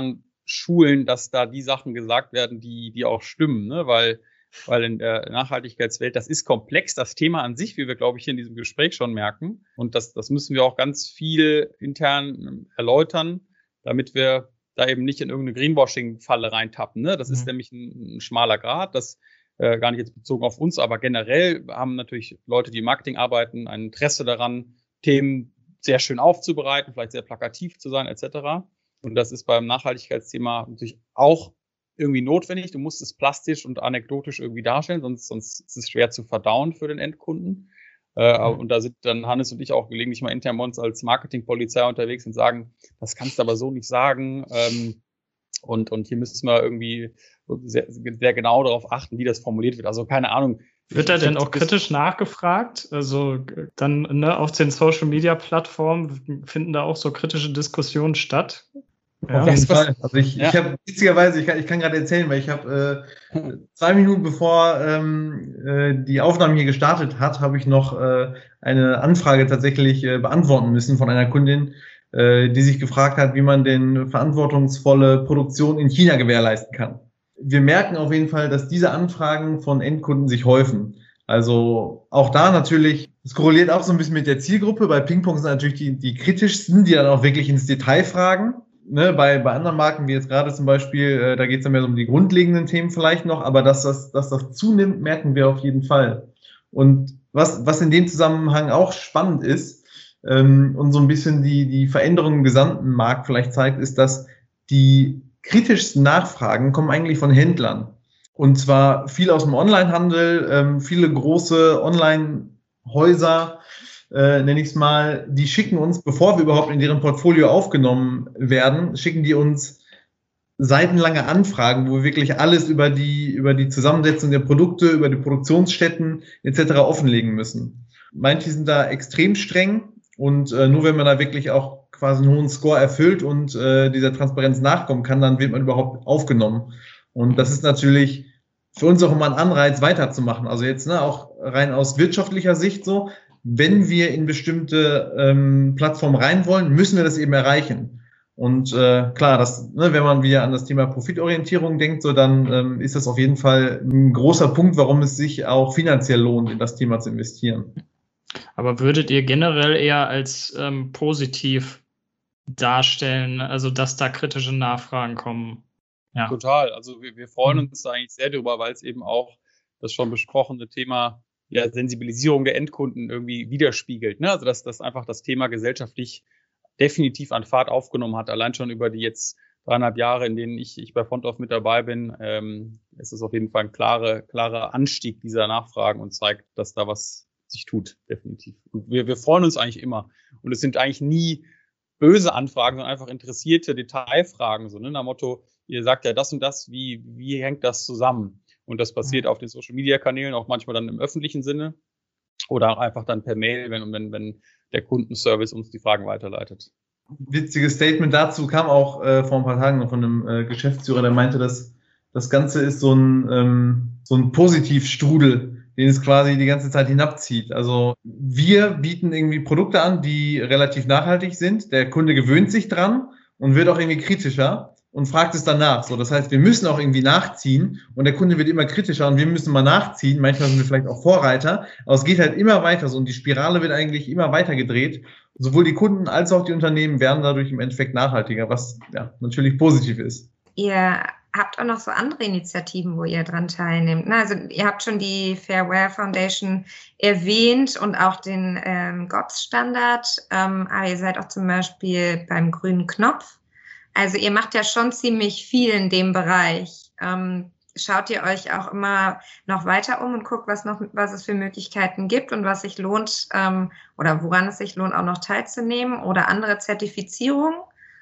schulen, dass da die Sachen gesagt werden, die, die auch stimmen, ne? Weil, weil in der Nachhaltigkeitswelt, das ist komplex, das Thema an sich, wie wir, glaube ich, hier in diesem Gespräch schon merken. Und das, das müssen wir auch ganz viel intern erläutern, damit wir da eben nicht in irgendeine Greenwashing-Falle reintappen, ne? Das mhm. ist nämlich ein, ein schmaler Grat, das äh, gar nicht jetzt bezogen auf uns, aber generell haben natürlich Leute, die im Marketing arbeiten, ein Interesse daran, Themen sehr schön aufzubereiten, vielleicht sehr plakativ zu sein, et cetera. Und das ist beim Nachhaltigkeitsthema natürlich auch irgendwie notwendig. Du musst es plastisch und anekdotisch irgendwie darstellen, sonst, sonst ist es schwer zu verdauen für den Endkunden. Äh, mhm. Und da sind dann Hannes und ich auch gelegentlich mal intern bei uns als Marketingpolizei unterwegs und sagen, das kannst du aber so nicht sagen. Ähm, und, und hier müssen wir irgendwie sehr, sehr genau darauf achten, wie das formuliert wird. Also keine Ahnung.
Wird da denn auch kritisch nachgefragt? Also dann ne, auf den Social-Media-Plattformen finden da auch so kritische Diskussionen statt?
Ja. Auf jeden Fall. Also ich, ja. ich habe witzigerweise, ich kann, ich kann gerade erzählen, weil ich habe äh, zwei Minuten bevor ähm, äh, die Aufnahme hier gestartet hat, habe ich noch äh, eine Anfrage tatsächlich äh, beantworten müssen von einer Kundin, äh, die sich gefragt hat, wie man denn verantwortungsvolle Produktion in China gewährleisten kann. Wir merken auf jeden Fall, dass diese Anfragen von Endkunden sich häufen. Also auch da natürlich, es korreliert auch so ein bisschen mit der Zielgruppe. Bei Ping-Pong sind natürlich die, die kritischsten, die dann auch wirklich ins Detail fragen. Ne, bei, bei anderen Marken, wie jetzt gerade zum Beispiel, äh, da geht es dann mehr so um die grundlegenden Themen vielleicht noch, aber dass das, dass das zunimmt, merken wir auf jeden Fall. Und was, was in dem Zusammenhang auch spannend ist ähm, und so ein bisschen die, die Veränderung im gesamten Markt vielleicht zeigt, ist, dass die kritischsten Nachfragen kommen eigentlich von Händlern. Und zwar viel aus dem Onlinehandel, ähm, viele große Online-Häuser, Äh, nenne ich es mal, die schicken uns, bevor wir überhaupt in deren Portfolio aufgenommen werden, schicken die uns seitenlange Anfragen, wo wir wirklich alles über die, über die Zusammensetzung der Produkte, über die Produktionsstätten et cetera offenlegen müssen. Manche sind da extrem streng und äh, nur wenn man da wirklich auch quasi einen hohen Score erfüllt und äh, dieser Transparenz nachkommen kann, dann wird man überhaupt aufgenommen. Und das ist natürlich für uns auch immer ein Anreiz, weiterzumachen. Also jetzt ne, auch rein aus wirtschaftlicher Sicht so, wenn wir in bestimmte ähm, Plattformen rein wollen, müssen wir das eben erreichen. Und äh, klar, das, ne, wenn man wieder an das Thema Profitorientierung denkt, so dann ähm, ist das auf jeden Fall ein großer Punkt, warum es sich auch finanziell lohnt, in das Thema zu investieren.
Aber würdet ihr generell eher als ähm, positiv darstellen, also dass da kritische Nachfragen kommen?
Ja. Total. Also wir, wir freuen uns da eigentlich sehr drüber, weil es eben auch das schon besprochene Thema ja, Sensibilisierung der Endkunden irgendwie widerspiegelt. Ne? Also dass das einfach das Thema gesellschaftlich definitiv an Fahrt aufgenommen hat. Allein schon über die jetzt dreieinhalb Jahre, in denen ich, ich bei FontOff mit dabei bin, ähm, ist es auf jeden Fall ein klarer klare Anstieg dieser Nachfragen und zeigt, dass da was sich tut, definitiv. Und wir, wir freuen uns eigentlich immer. Und es sind eigentlich nie böse Anfragen, sondern einfach interessierte Detailfragen. So, ne? Nach dem Motto, ihr sagt ja das und das, wie, wie hängt das zusammen? Und das passiert auf den Social-Media-Kanälen auch manchmal dann im öffentlichen Sinne oder auch einfach dann per Mail, wenn, wenn, wenn der Kundenservice uns die Fragen weiterleitet.
Witziges Statement dazu kam auch äh, vor ein paar Tagen noch von einem äh, Geschäftsführer, der meinte, dass das Ganze ist so ein, ähm, so ein Positivstrudel, den es quasi die ganze Zeit hinabzieht. Also wir bieten irgendwie Produkte an, die relativ nachhaltig sind. Der Kunde gewöhnt sich dran und wird auch irgendwie kritischer und fragt es danach. So, das heißt, wir müssen auch irgendwie nachziehen und der Kunde wird immer kritischer und wir müssen mal nachziehen. Manchmal sind wir vielleicht auch Vorreiter, aber es geht halt immer weiter so und die Spirale wird eigentlich immer weiter gedreht. Sowohl die Kunden als auch die Unternehmen werden dadurch im Endeffekt nachhaltiger, was ja natürlich positiv ist.
Ihr habt auch noch so andere Initiativen, wo ihr dran teilnehmt. Also ihr habt schon die Fairware Foundation erwähnt und auch den ähm, G O P S-Standard, ähm, aber ihr seid auch zum Beispiel beim grünen Knopf. Also ihr macht ja schon ziemlich viel in dem Bereich. Ähm, schaut ihr euch auch immer noch weiter um und guckt, was noch, was es für Möglichkeiten gibt und was sich lohnt ähm, oder woran es sich lohnt, auch noch teilzunehmen oder andere Zertifizierungen?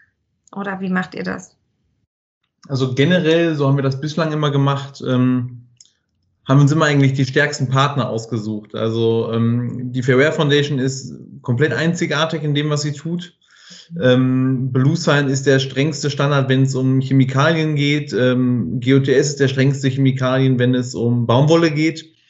Oder wie macht ihr das?
Also generell, so haben wir das bislang immer gemacht, ähm, haben uns immer eigentlich die stärksten Partner ausgesucht. Also ähm, die Fairware Foundation ist komplett einzigartig in dem, was sie tut. Ähm, Bluesign ist der strengste Standard, wenn es um Chemikalien geht. Ähm, G O T S ist der strengste Chemikalien, wenn es um Baumwolle geht.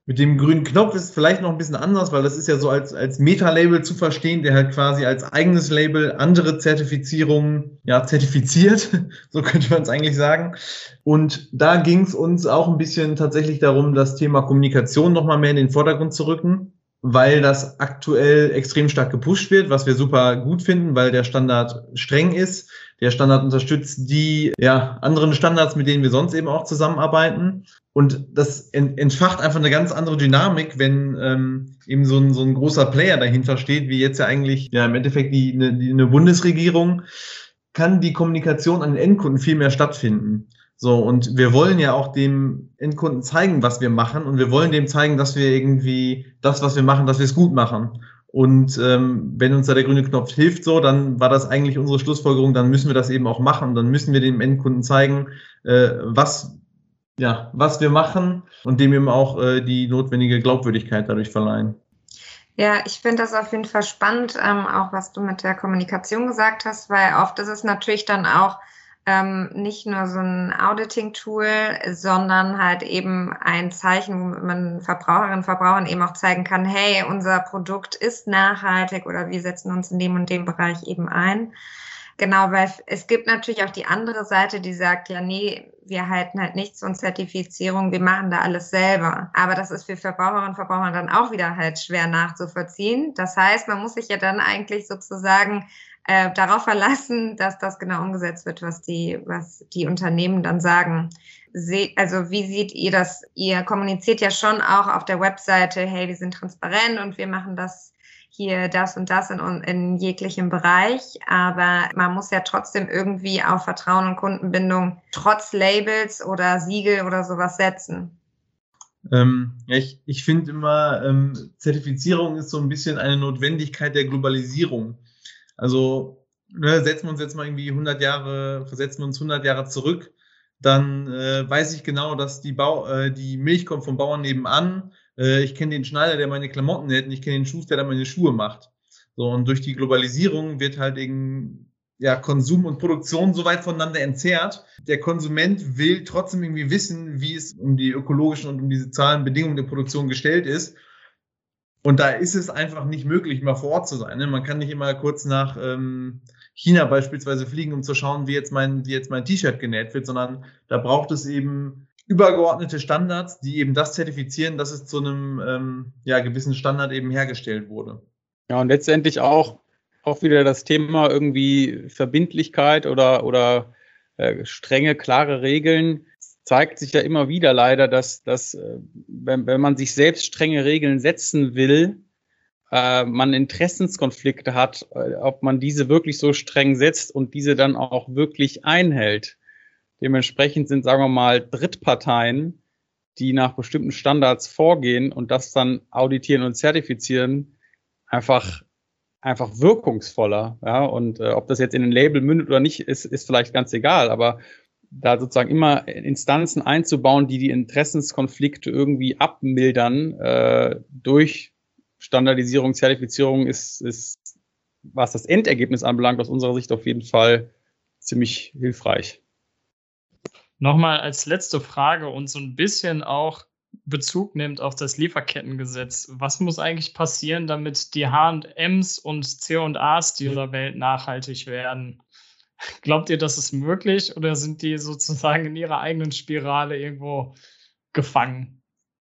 Mit dem grünen Knopf ist es vielleicht noch ein bisschen anders, weil das ist ja so als, als Meta-Label zu verstehen, der halt quasi als eigenes Label andere Zertifizierungen ja, zertifiziert, so könnte man es eigentlich sagen. Und da ging es uns auch ein bisschen tatsächlich darum, das Thema Kommunikation nochmal mehr in den Vordergrund zu rücken, weil das aktuell extrem stark gepusht wird, was wir super gut finden, weil der Standard streng ist. Der Standard unterstützt die ja, anderen Standards, mit denen wir sonst eben auch zusammenarbeiten. Und das entfacht einfach eine ganz andere Dynamik, wenn ähm, eben so ein, so ein großer Player dahinter steht, wie jetzt ja eigentlich ja im Endeffekt die, eine, die, eine Bundesregierung, kann die Kommunikation an den Endkunden viel mehr stattfinden. So, und wir wollen ja auch dem Endkunden zeigen, was wir machen, und wir wollen dem zeigen, dass wir irgendwie das, was wir machen, dass wir es gut machen. Und ähm, wenn uns da der grüne Knopf hilft, so, dann war das eigentlich unsere Schlussfolgerung, dann müssen wir das eben auch machen. Dann müssen wir dem Endkunden zeigen, äh, was, ja, was wir machen, und dem eben auch äh, die notwendige Glaubwürdigkeit dadurch verleihen.
Ja, ich finde das auf jeden Fall spannend, ähm, auch was du mit der Kommunikation gesagt hast, weil oft ist es natürlich dann auch ähm, nicht nur so ein Auditing-Tool, sondern halt eben ein Zeichen, womit man Verbraucherinnen und Verbrauchern eben auch zeigen kann, hey, unser Produkt ist nachhaltig oder wir setzen uns in dem und dem Bereich eben ein. Genau, weil es gibt natürlich auch die andere Seite, die sagt, ja, nee, wir halten halt nichts von Zertifizierung, wir machen da alles selber. Aber das ist für Verbraucherinnen und Verbraucher dann auch wieder halt schwer nachzuvollziehen. Das heißt, man muss sich ja dann eigentlich sozusagen äh, darauf verlassen, dass das genau umgesetzt wird, was die, was die Unternehmen dann sagen. Se- also wie seht ihr das? Ihr kommuniziert ja schon auch auf der Webseite, hey, wir sind transparent und wir machen das hier das und das in, in jeglichem Bereich, aber man muss ja trotzdem irgendwie auf Vertrauen und Kundenbindung trotz Labels oder Siegel oder sowas setzen.
Ähm, ja, ich ich finde immer, ähm, Zertifizierung ist so ein bisschen eine Notwendigkeit der Globalisierung. Also ne, setzen wir uns jetzt mal irgendwie hundert Jahre, versetzen wir uns hundert Jahre zurück, dann äh, weiß ich genau, dass die, Bau, äh, die Milch kommt vom Bauern nebenan. Ich kenne den Schneider, der meine Klamotten näht, und ich kenne den Schuster, der meine Schuhe macht. So, und durch die Globalisierung wird halt eben, ja, Konsum und Produktion so weit voneinander entzerrt. Der Konsument will trotzdem irgendwie wissen, wie es um die ökologischen und um diese sozialen Bedingungen der Produktion gestellt ist. Und da ist es einfach nicht möglich, mal vor Ort zu sein. Ne? Man kann nicht immer kurz nach ähm, China beispielsweise fliegen, um zu schauen, wie jetzt mein, wie jetzt mein T-Shirt genäht wird, sondern da braucht es eben übergeordnete Standards, die eben das zertifizieren, dass es zu einem ähm, ja, gewissen Standard eben hergestellt wurde.
Ja, und letztendlich auch, auch wieder das Thema irgendwie Verbindlichkeit oder, oder äh, strenge, klare Regeln. Es zeigt sich ja immer wieder leider, dass, dass äh, wenn, wenn man sich selbst strenge Regeln setzen will, äh, man Interessenskonflikte hat, äh, ob man diese wirklich so streng setzt und diese dann auch wirklich einhält. Dementsprechend sind, sagen wir mal, Drittparteien, die nach bestimmten Standards vorgehen und das dann auditieren und zertifizieren, einfach, einfach wirkungsvoller. Ja? Und äh, ob das jetzt in ein Label mündet oder nicht, ist, ist vielleicht ganz egal. Aber da sozusagen immer Instanzen einzubauen, die die Interessenskonflikte irgendwie abmildern äh, durch Standardisierung, Zertifizierung, ist, ist, was das Endergebnis anbelangt, aus unserer Sicht auf jeden Fall ziemlich hilfreich.
Nochmal als letzte Frage und so ein bisschen auch Bezug nimmt auf das Lieferkettengesetz. Was muss eigentlich passieren, damit die H und M's und C und A's dieser Welt nachhaltig werden? Glaubt ihr, das ist möglich, oder sind die sozusagen in ihrer eigenen Spirale irgendwo gefangen?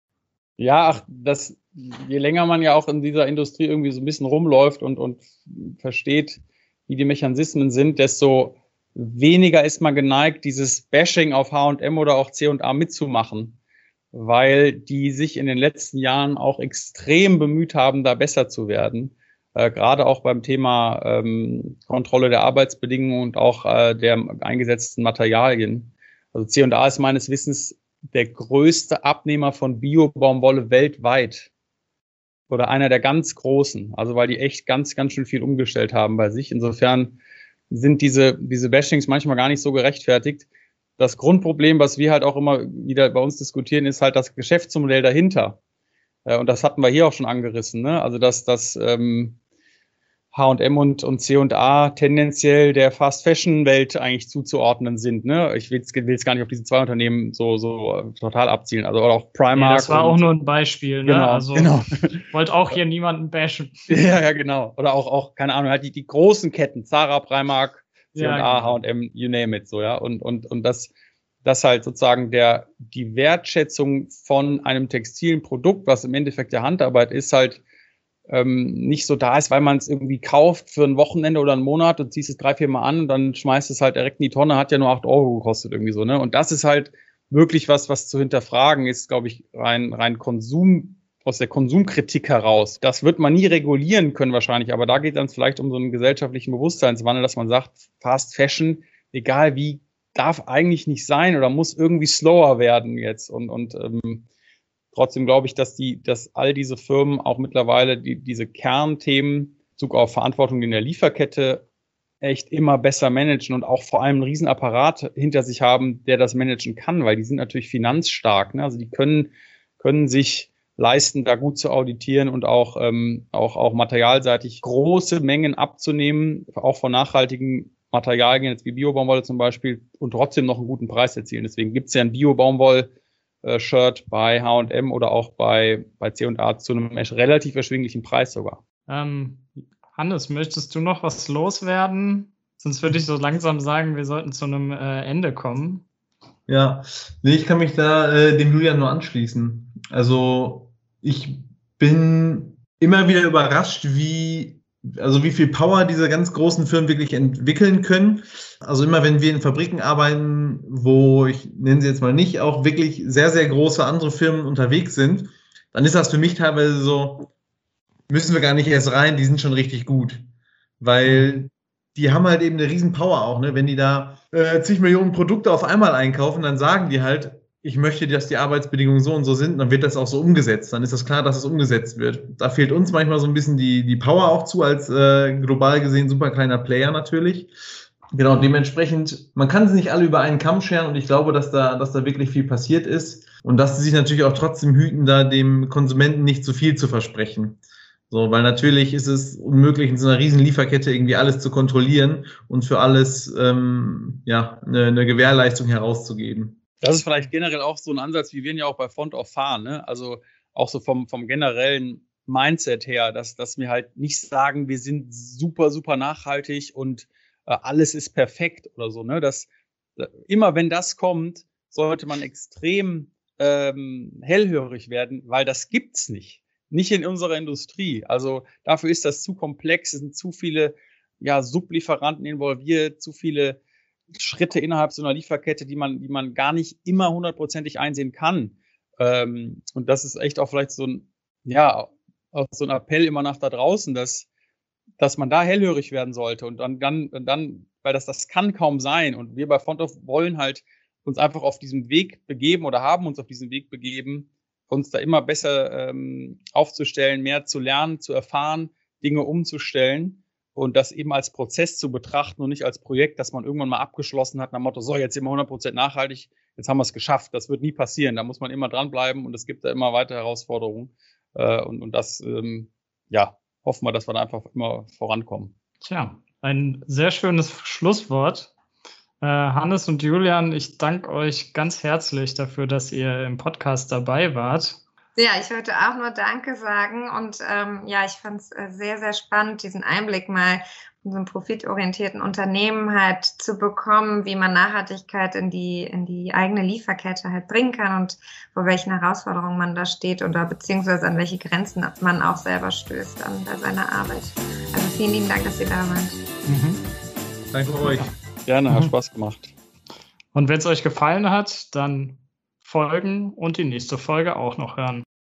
Ja, ach, das, je länger man ja auch in dieser Industrie irgendwie so ein bisschen rumläuft und, und versteht, wie die Mechanismen sind, desto weniger ist man geneigt, dieses Bashing auf H und M oder auch C und A mitzumachen, weil die sich in den letzten Jahren auch extrem bemüht haben, da besser zu werden. Äh, gerade auch beim Thema ähm, Kontrolle der Arbeitsbedingungen und auch äh, der eingesetzten Materialien. Also C und A ist meines Wissens der größte Abnehmer von Bio-Baumwolle weltweit. Oder einer der ganz großen. Also weil die echt ganz, ganz schön viel umgestellt haben bei sich. Insofern sind diese, diese Bashings manchmal gar nicht so gerechtfertigt. Das Grundproblem, was wir halt auch immer wieder bei uns diskutieren, ist halt das Geschäftsmodell dahinter. Äh, und das hatten wir hier auch schon angerissen, ne? Also, dass, dass ähm, H und M und, und C und A tendenziell der Fast-Fashion-Welt eigentlich zuzuordnen sind. Ne? Ich will jetzt gar nicht auf diese zwei Unternehmen so, so total abzielen. Also auch Primark.
Nee, das war auch nur ein Beispiel. Ne?
Genau,
also
genau.
Ich wollte auch hier niemanden bashen.
Ja, ja, genau. Oder auch, auch keine Ahnung, halt die, die großen Ketten, Zara, Primark, C und A,
Ja,
H und M, you name it, so, ja. Und, und, und das, das halt sozusagen der, die Wertschätzung von einem textilen Produkt, was im Endeffekt der Handarbeit ist, halt ähm, nicht so da ist, weil man es irgendwie kauft für ein Wochenende oder einen Monat und ziehst es drei, vier Mal an und dann schmeißt es halt direkt in die Tonne, hat ja nur acht Euro gekostet irgendwie so, ne? Und das ist halt wirklich was, was zu hinterfragen ist, glaube ich, rein, rein Konsum, aus der Konsumkritik heraus. Das wird man nie regulieren können wahrscheinlich, aber da geht es dann vielleicht um so einen gesellschaftlichen Bewusstseinswandel, dass man sagt, Fast Fashion, egal wie, darf eigentlich nicht sein oder muss irgendwie slower werden jetzt. Und, und ähm, trotzdem glaube ich, dass die, dass all diese Firmen auch mittlerweile die, diese Kernthemen, Bezug auf Verantwortung in der Lieferkette, echt immer besser managen und auch vor allem einen Riesenapparat hinter sich haben, der das managen kann, weil die sind natürlich finanzstark. Ne? Also die können, können sich leisten, da gut zu auditieren und auch, ähm, auch, auch materialseitig große Mengen abzunehmen, auch von nachhaltigen Materialien, jetzt wie Bio-Baumwolle zum Beispiel, und trotzdem noch einen guten Preis erzielen. Deswegen gibt es ja ein Bio-Baumwoll-Shirt bei H und M oder auch bei, bei C und A zu einem relativ erschwinglichen Preis sogar.
Ähm, Hannes, möchtest du noch was loswerden? Sonst würde ich so langsam sagen, wir sollten zu einem äh, Ende kommen.
Ja, nee, ich kann mich da äh, dem Julian nur anschließen. Also ich bin immer wieder überrascht, wie, also wie viel Power diese ganz großen Firmen wirklich entwickeln können. Also immer wenn wir in Fabriken arbeiten, wo, ich nenne sie jetzt mal nicht, auch wirklich sehr, sehr große andere Firmen unterwegs sind, dann ist das für mich teilweise so, müssen wir gar nicht erst rein, die sind schon richtig gut. Weil die haben halt eben eine riesen Power auch, ne? Wenn die da äh, zig Millionen Produkte auf einmal einkaufen, dann sagen die halt, ich möchte, dass die Arbeitsbedingungen so und so sind, dann wird das auch so umgesetzt. Dann ist das klar, dass es umgesetzt wird. Da fehlt uns manchmal so ein bisschen die, die Power auch zu, als äh, global gesehen super kleiner Player natürlich. Genau, dementsprechend, man kann sie nicht alle über einen Kamm scheren und ich glaube, dass da, dass da wirklich viel passiert ist und dass sie sich natürlich auch trotzdem hüten, da dem Konsumenten nicht zu viel zu versprechen. So, weil natürlich ist es unmöglich, in so einer riesen Lieferkette irgendwie alles zu kontrollieren und für alles ähm, ja, eine, eine Gewährleistung herauszugeben.
Das ist vielleicht generell auch so ein Ansatz, wie wir ihn ja auch bei Font of fahren, ne? Also auch so vom, vom generellen Mindset her, dass, dass wir halt nicht sagen, wir sind super, super nachhaltig und äh, alles ist perfekt oder so, ne? Das, äh, immer wenn das kommt, sollte man extrem ähm, hellhörig werden, weil das gibt's nicht. Nicht in unserer Industrie. Also dafür ist das zu komplex, es sind zu viele ja, Sublieferanten involviert, zu viele Schritte innerhalb so einer Lieferkette, die man, die man gar nicht immer hundertprozentig einsehen kann. Ähm, und das ist echt auch vielleicht so ein, ja, auch so ein Appell immer nach da draußen, dass, dass man da hellhörig werden sollte und dann, dann, dann, weil das, das kann kaum sein. Und wir bei Font of wollen halt uns einfach auf diesem Weg begeben oder haben uns auf diesen Weg begeben, uns da immer besser ähm, aufzustellen, mehr zu lernen, zu erfahren, Dinge umzustellen und das eben als Prozess zu betrachten und nicht als Projekt, das man irgendwann mal abgeschlossen hat, nach dem Motto, so, jetzt sind wir hundert Prozent nachhaltig, jetzt haben wir es geschafft. Das wird nie passieren, da muss man immer dranbleiben und es gibt da immer weitere Herausforderungen äh, und, und das, ähm, ja, hoffen wir, dass wir da einfach immer vorankommen.
Tja, ein sehr schönes Schlusswort. Äh, Hannes und Julian, ich danke euch ganz herzlich dafür, dass ihr im Podcast dabei wart.
Ja, ich wollte auch nur Danke sagen und ähm, ja, ich fand es äh, sehr, sehr spannend, diesen Einblick mal in so einem profitorientierten Unternehmen halt zu bekommen, wie man Nachhaltigkeit in die in die eigene Lieferkette halt bringen kann und vor welchen Herausforderungen man da steht oder beziehungsweise an welche Grenzen man auch selber stößt dann bei seiner Arbeit. Also vielen lieben Dank, dass ihr da wart.
Mhm.
Danke euch.
Gerne, hat Spaß gemacht.
Und wenn es euch gefallen hat, dann folgen und die nächste Folge auch noch hören.